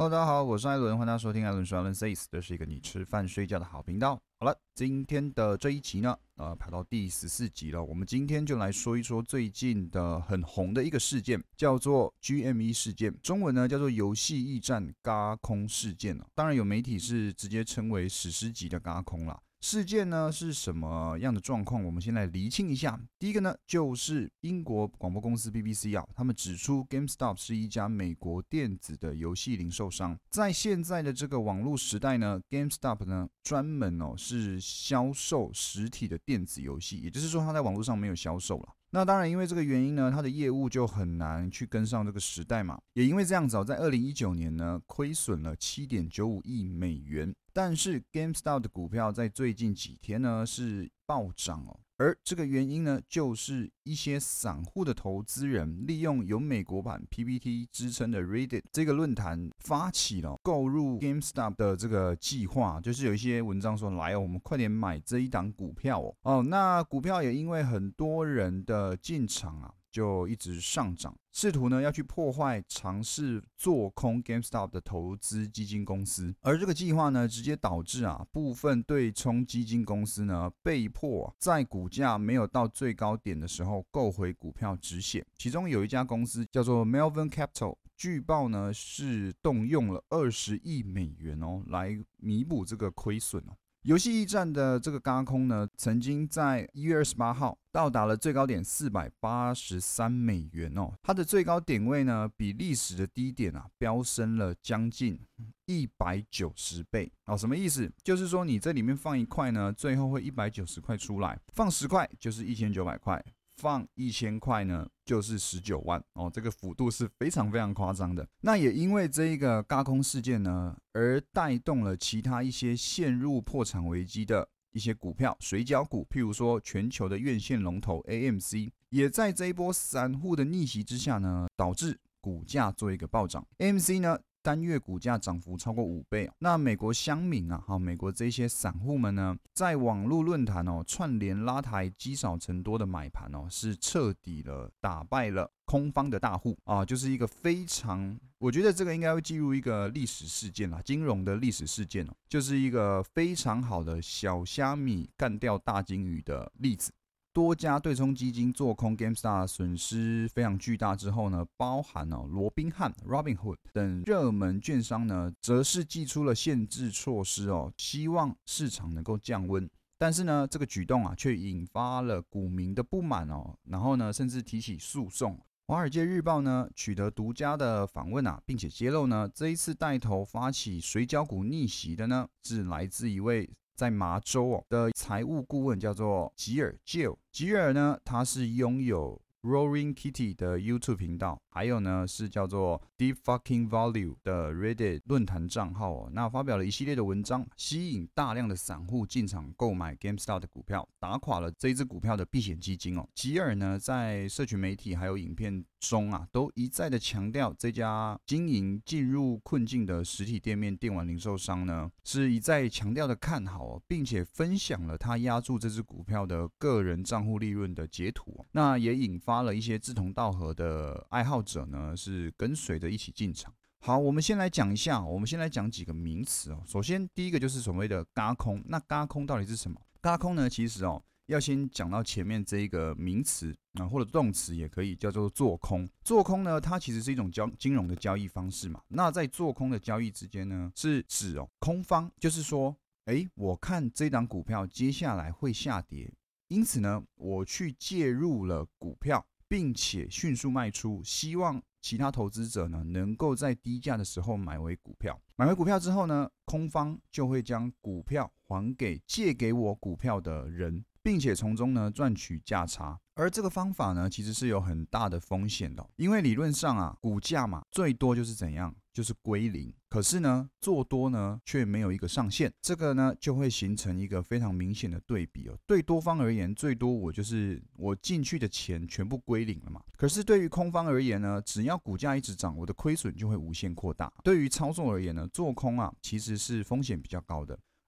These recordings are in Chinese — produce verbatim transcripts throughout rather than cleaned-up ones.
Hello，大家好，我是艾伦，欢迎大家收听艾伦说艾伦 says， 这是一个你吃饭睡觉的好频道。好了，今天的这一集呢，呃，排到第十四集了。我们今天就来说一说最近的很红的一个事件，叫做 G M E 事件，中文呢叫做游戏驿站轧空事件。当然有媒体是直接称为史诗级的轧空啦。事件呢是什么样的状况？我们先来厘清一下。第一个呢，就是英国广播公司 B B C 啊，他们指出 GameStop 是一家美国电子的游戏零售商。在现在的这个网络时代呢 ，GameStop 呢专门哦是销售实体的电子游戏，也就是说它在网络上没有销售了。那当然，因为这个原因呢，它的业务就很难去跟上这个时代嘛。也因为这样子哦，在二零一九年呢，亏损了 七点九五亿美元。但是 GameStop 的股票在最近几天呢是暴涨哦，而这个原因呢，就是一些散户的投资人利用有美国版 P P T 支撑的 Reddit 这个论坛发起了购入 GameStop 的这个计划，就是有一些文章说来哦，我们快点买这一档股票哦。哦，那股票也因为很多人的进场啊，就一直上涨，试图呢要去破坏尝试做空 GameStop 的投资基金公司，而这个计划呢，直接导致啊部分对冲基金公司呢被迫、啊、在股价没有到最高点的时候购回股票止血。其中有一家公司叫做 Melvin Capital， 据报呢是动用了二十亿美元哦来弥补这个亏损哦。游戏驿站的这个轧空呢，曾经在一月二十八号到达了最高点四百八十三美元哦，它的最高点位呢，比历史的低点啊飙升了将近一百九十倍哦。什么意思？就是说你这里面放一块呢，最后会一百九十块出来，放十块就是一千九百块。放一千块呢，就是十九万哦，这个幅度是非常非常夸张的。那也因为这一个轧空事件呢，而带动了其他一些陷入破产危机的一些股票，水饺股，譬如说全球的院线龙头 A M C， 也在这一波散户的逆袭之下呢，导致股价做一个暴涨。A M C 呢，单月股价涨幅超过五倍。那美国乡民啊，美国这些散户们呢，在网络论坛哦串联拉抬积少成多的买盘哦，是彻底了打败了空方的大户啊，就是一个非常，我觉得这个应该会记入一个历史事件啦，金融的历史事件哦，就是一个非常好的小虾米干掉大金鱼的例子。多家对冲基金做空 GameStop 损失非常巨大之后呢，包含哦罗宾汉 Robinhood 等热门券商呢，则是祭出了限制措施哦，希望市场能够降温。但是呢，这个举动啊，却引发了股民的不满哦，然后呢，甚至提起诉讼。华尔街日报呢取得独家的访问啊，并且揭露呢，这一次带头发起水饺股逆袭的呢，是来自一位在麻州的财务顾问，叫做吉尔 Jill。吉尔呢，他是拥有 Roaring Kitty 的 YouTube 频道，还有呢是叫做 Deep Fucking Value 的 Reddit 论坛账号哦。那发表了一系列的文章，吸引大量的散户进场购买 GameStop 的股票，打垮了这一支股票的避险基金哦。吉尔呢，在社群媒体还有影片中啊，都一再的强调这家经营进入困境的实体店面电玩零售商呢，是一再强调的看好哦，并且分享了他押注这支股票的个人账户利润的截图哦。那也引发了一些志同道合的爱好者呢，是跟随着一起进场。好，我们先来讲一下，我们先来讲几个名词哦。首先，第一个就是所谓的轧空。那轧空到底是什么？轧空呢，其实哦，要先讲到前面这一个名词啊，或者动词也可以叫做做空。做空呢，它其实是一种交金融的交易方式嘛。那在做空的交易之间呢，是指哦，空方就是说，哎，我看这档股票接下来会下跌，因此呢，我去介入了股票，并且迅速卖出，希望其他投资者呢能够在低价的时候买回股票。买回股票之后呢，空方就会将股票还给借给我股票的人，并且从中呢赚取价差。而这个方法呢，其实是有很大的风险的，因为理论上啊，股价嘛，最多就是怎样，就是归零。可是呢，做多呢却没有一个上限，这个呢就会形成一个非常明显的对比哦。对多方而言，最多我就是我进去的钱全部归零了嘛。可是对于空方而言呢，只要股价一直涨，我的亏损就会无限扩大。对于操作而言呢，做空啊其实是风险比较高的。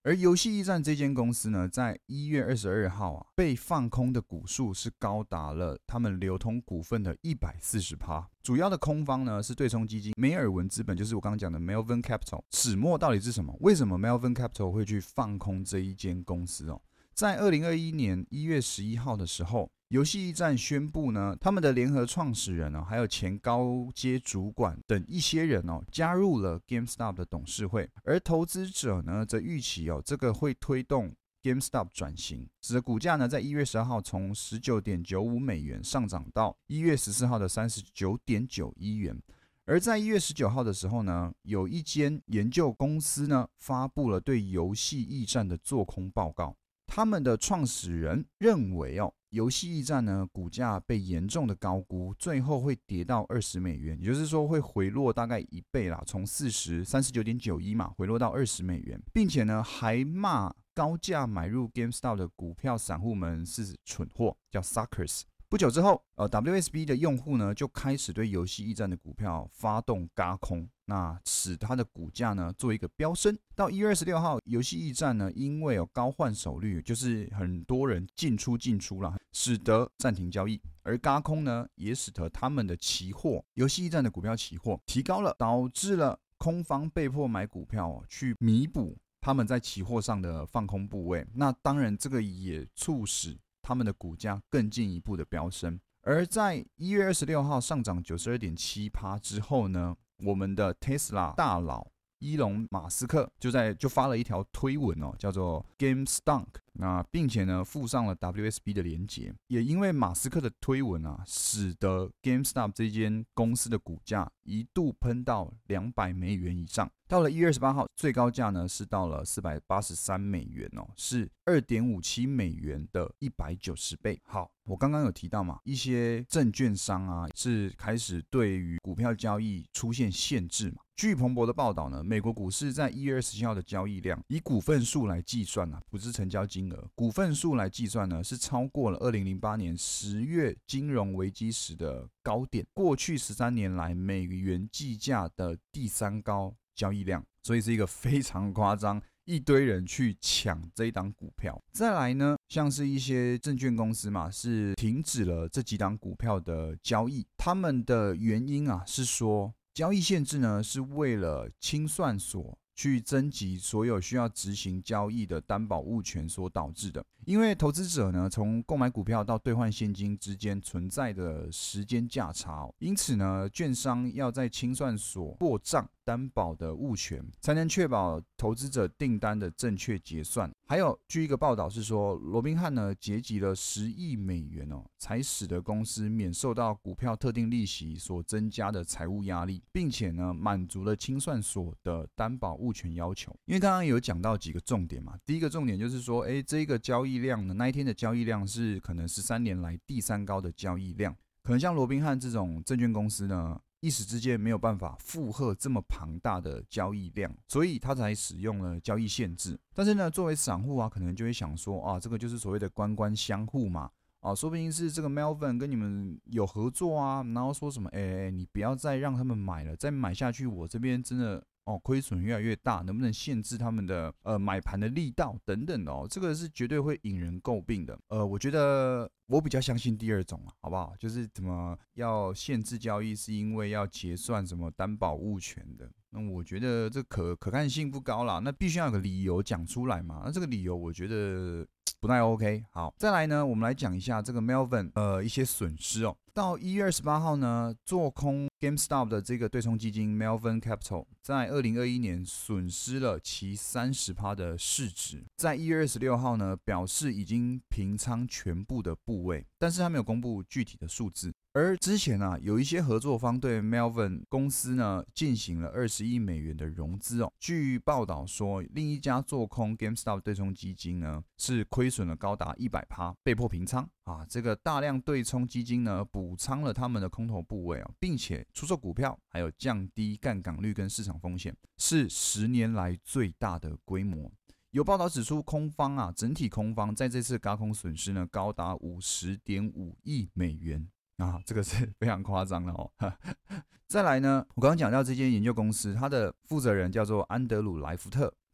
而游戏驿站这间公司呢，在一月二十二号啊，被放空的股数是高达了他们流通股份的 百分之一百四十。主要的空方呢是对冲基金梅尔文资本，就是我刚刚讲的 Melvin Capital。始末到底是什么？为什么 Melvin Capital 会去放空这一间公司哦？在二零二一年一月十一号的时候，游戏驿站宣布呢，他们的联合创始人哦，还有前高阶主管等一些人哦，加入了 GameStop 的董事会，而投资者呢则预期哦，这个会推动 GameStop 转型，使得股价呢在一月十二号从 十九点九五美元上涨到一月十四号的 三十九点九一元。而在一月十九号的时候呢，有一间研究公司呢发布了对游戏驿站的做空报告。他们的创始人认为哦，游戏驿站呢股价被严重的高估，最后会跌到二十美元，也就是说会回落大概一倍啦，从四十 三十九点九一嘛回落到二十美元，并且呢还骂高价买入 GameStop 的股票散户们是蠢货，叫 suckers。不久之后，呃 ，W S B 的用户呢就开始对游戏驿站的股票发动轧空，那使它的股价呢做一个飙升。到一月二十六号，游戏驿站呢因为有高换手率，就是很多人进出进出啦，使得暂停交易。而轧空呢也使得他们的期货，游戏驿站的股票期货提高了，导致了空方被迫买股票哦，去弥补他们在期货上的放空部位。那当然，这个也促使他们的股价更进一步的飙升。而在一月二十六号上涨 百分之九十二点七 之后呢，我们的 Tesla 大佬伊隆马斯克就在就发了一条推文哦，叫做 GameStunk， 那并且呢附上了 W S B 的连结。也因为马斯克的推文啊，使得 GameStop 这间公司的股价一度喷到两百美元以上。到了一月二十八号，最高价呢是到了四百八十三美元哦，是 二点五七美元的一百九十倍。好，我刚刚有提到嘛，一些证券商啊是开始对于股票交易出现限制嘛。据彭博的报道呢，美国股市在一月二十七号的交易量，以股份数来计算啊，不是成交金额，股份数来计算呢，是超过了二零零八年十月金融危机时的高点，过去十三年来美元计价的第三高交易量，所以是一个非常夸张，一堆人去抢这一档股票。再来呢，像是一些证券公司嘛，是停止了这几档股票的交易，他们的原因啊是说，交易限制呢是为了清算所去征集所有需要执行交易的担保物权所导致的。因为投资者呢从购买股票到兑换现金之间存在的时间价差，因此呢券商要在清算所过账担保的物权，才能确保投资者订单的正确结算。还有据一个报道是说，罗宾汉呢结集了十亿美元哦，才使得公司免受到股票特定利息所增加的财务压力，并且呢满足了清算所的担保物权要求。因为刚刚有讲到几个重点嘛，第一个重点就是说，哎，这个交易量呢，那一天的交易量是可能十三年来第三高的交易量，可能像罗宾汉这种证券公司呢，一时之间没有办法负荷这么庞大的交易量，所以他才使用了交易限制。但是呢，作为散户啊，可能就会想说啊，这个就是所谓的官官相护嘛，啊，说不定是这个 Melvin 跟你们有合作啊，然后说什么，哎、欸，你不要再让他们买了，再买下去，我这边真的哦亏损越来越大，能不能限制他们的呃买盘的力道等等的哦，这个是绝对会引人诟病的。呃，我觉得我比较相信第二种啊，好不好？就是怎么要限制交易，是因为要结算什么担保物权的。那我觉得这可可看性不高啦，那必须要有个理由讲出来嘛。那这个理由我觉得不太 OK。好，再来呢，我们来讲一下这个 Melvin 呃一些损失哦。到一月二十八号呢，做空 GameStop 的这个对冲基金 Melvin Capital 在二零二一年损失了其 百分之三十 的市值。在一月二十六号呢，表示已经平仓全部的部位，但是他没有公布具体的数字。而之前啊，有一些合作方对 Melvin 公司呢进行了二十亿美元的融资哦。据报道说，另一家做空 GameStop 对冲基金呢是亏损了高达 百分之一百， 被迫平仓啊。这个大量对冲基金呢补仓了他们的空头部位哦，并且出售股票，还有降低杠杆率跟市场风险，是十年来最大的规模。有报道指出，空方啊，整体空方在这次轧空损失呢高达 五十点五亿美元。啊，这个是非常夸张了哦。再来呢，我刚刚讲到这间研究公司，它的负责人叫做安德鲁莱福特，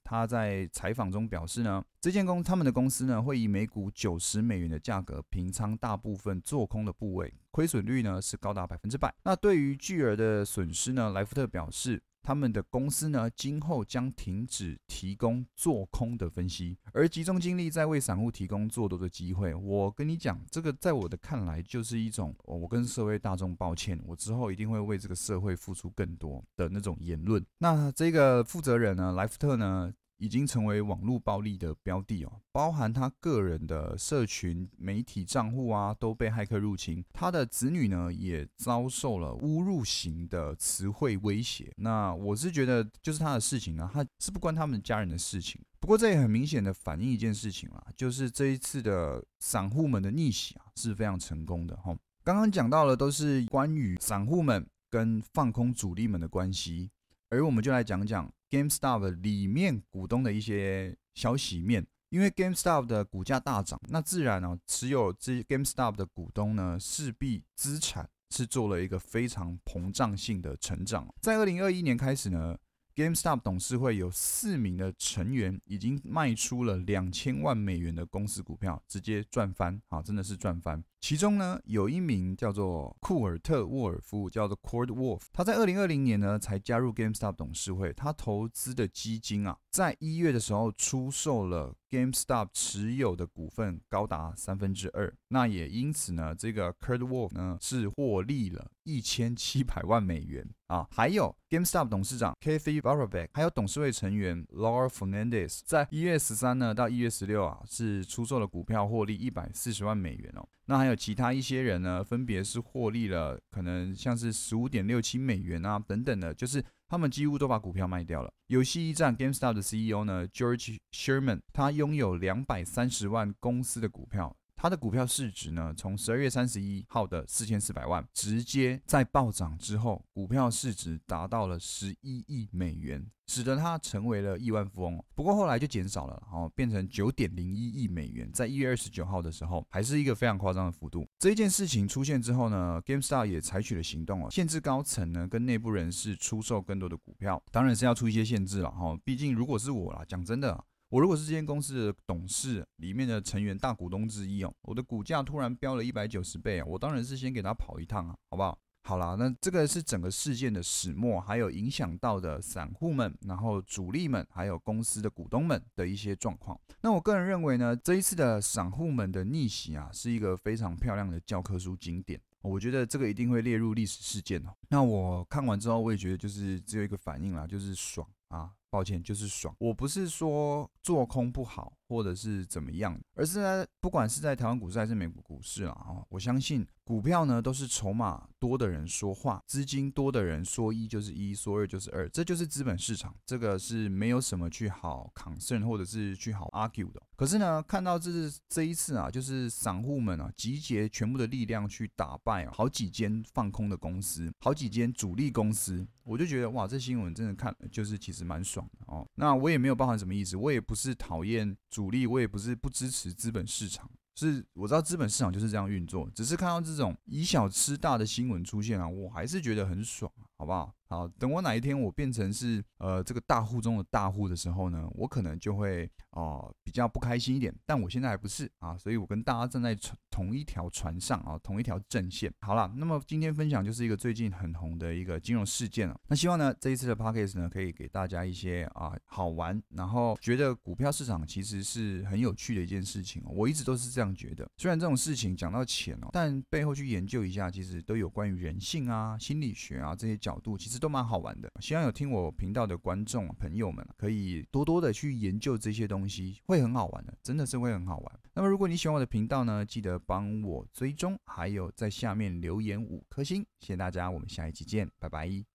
他在采访中表示呢，这间公他们的公司呢会以每股九十美元的价格平仓大部分做空的部位，亏损率呢是高达百分之百。那对于巨额的损失呢，莱福特表示，他们的公司呢，今后将停止提供做空的分析，而集中精力在为散户提供做多的机会。我跟你讲，这个在我的看来就是一种，哦，我跟社会大众抱歉，我之后一定会为这个社会付出更多的那种言论。那这个负责人呢，莱福特呢，已经成为网络暴力的标的哦，包含他个人的社群媒体账户啊，都被骇客入侵。他的子女呢，也遭受了侮辱型的词汇威胁。那我是觉得，就是他的事情呢，他是不关他们家人的事情。不过这也很明显的反映一件事情啦，就是这一次的散户们的逆袭啊，是非常成功的哈。刚刚讲到的都是关于散户们跟放空主力们的关系。而我们就来讲讲 GameStop 里面股东的一些消息面，因为 GameStop 的股价大涨，那自然哦，持有这 GameStop 的股东呢，势必资产是做了一个非常膨胀性的成长。在二零二一年开始呢， GameStop 董事会有四名的成员已经卖出了两千万美元的公司股票，直接赚翻啊，真的是赚翻。其中呢，有一名叫做库尔特·沃尔夫，叫做 Kurt Wolf， 他在二零二零年呢才加入 GameStop 董事会。他投资的基金啊，在一月的时候出售了 GameStop 持有的股份高达三分之二。那也因此呢，这个 Kurt Wolf 呢是获利了一千七百万美元啊。还有 GameStop 董事长 Kathy Barabeck， 还有董事会成员 Laura Fernandez， 在一月十三呢到一月十六啊，是出售了股票获利一百四十万美元哦。那还有其他一些人呢，分别是获利了可能像是 十五点六七美元啊等等的，就是他们几乎都把股票卖掉了。游戏驿站 GameStop 的 C E O 呢 George Sherman， 他拥有两百三十万公司的股票。他的股票市值呢，从十二月三十一号的四千四百万，直接在暴涨之后，股票市值达到了十一亿美元，使得他成为了亿万富翁。不过后来就减少了，哦，变成九点零一亿美元。在一月二十九号的时候，还是一个非常夸张的幅度。这一件事情出现之后呢 ，GameStop 也采取了行动哦，限制高层呢跟内部人士出售更多的股票，当然是要出一些限制了哈。毕竟如果是我啦，讲真的。我如果是这间公司的董事里面的成员大股东之一哦，我的股价突然飙了一百九十倍啊，我当然是先给他跑一趟啊，好不好？好啦，那这个是整个事件的始末，还有影响到的散户们，然后主力们，还有公司的股东们的一些状况。那我个人认为呢，这一次的散户们的逆袭啊，是一个非常漂亮的教科书经典。我觉得这个一定会列入历史事件哦。那我看完之后，我也觉得就是只有一个反应啦，就是爽啊。抱歉，就是爽。我不是说做空不好，或者是怎么样，而是在不管是在台湾股市还是美国股市啊，我相信股票呢都是筹码多的人说话，资金多的人说一就是一，说二就是二，这就是资本市场，这个是没有什么去好 concern 或者是去好 argue 的。可是呢，看到这这一次啊，就是散户们啊集结全部的力量去打败啊好几间放空的公司，好几间主力公司，我就觉得哇，这新闻真的看就是其实蛮爽的哦。那我也没有包含什么意思，我也不是讨厌主力，我也不是不支持资本市场。是我知道资本市场就是这样运作，只是看到这种以小吃大的新闻出现啊，我还是觉得很爽，好不好？好，等我哪一天我变成是呃这个大户中的大户的时候呢，我可能就会哦、呃、比较不开心一点，但我现在还不是啊，所以我跟大家站在同一条船上啊，同一条阵线。好啦，那么今天分享就是一个最近很红的一个金融事件了。那希望呢这一次的 podcast 呢可以给大家一些啊好玩，然后觉得股票市场其实是很有趣的一件事情哦。我一直都是这样觉得，虽然这种事情讲到钱哦，但背后去研究一下，其实都有关于人性啊、心理学啊这些角度，其实都蛮好玩的。希望有听我频道的观众朋友们可以多多的去研究这些东西，会很好玩的，真的是会很好玩。那么如果你喜欢我的频道呢，记得帮我追踪，还有在下面留言五颗星，谢谢大家，我们下一期见，拜拜。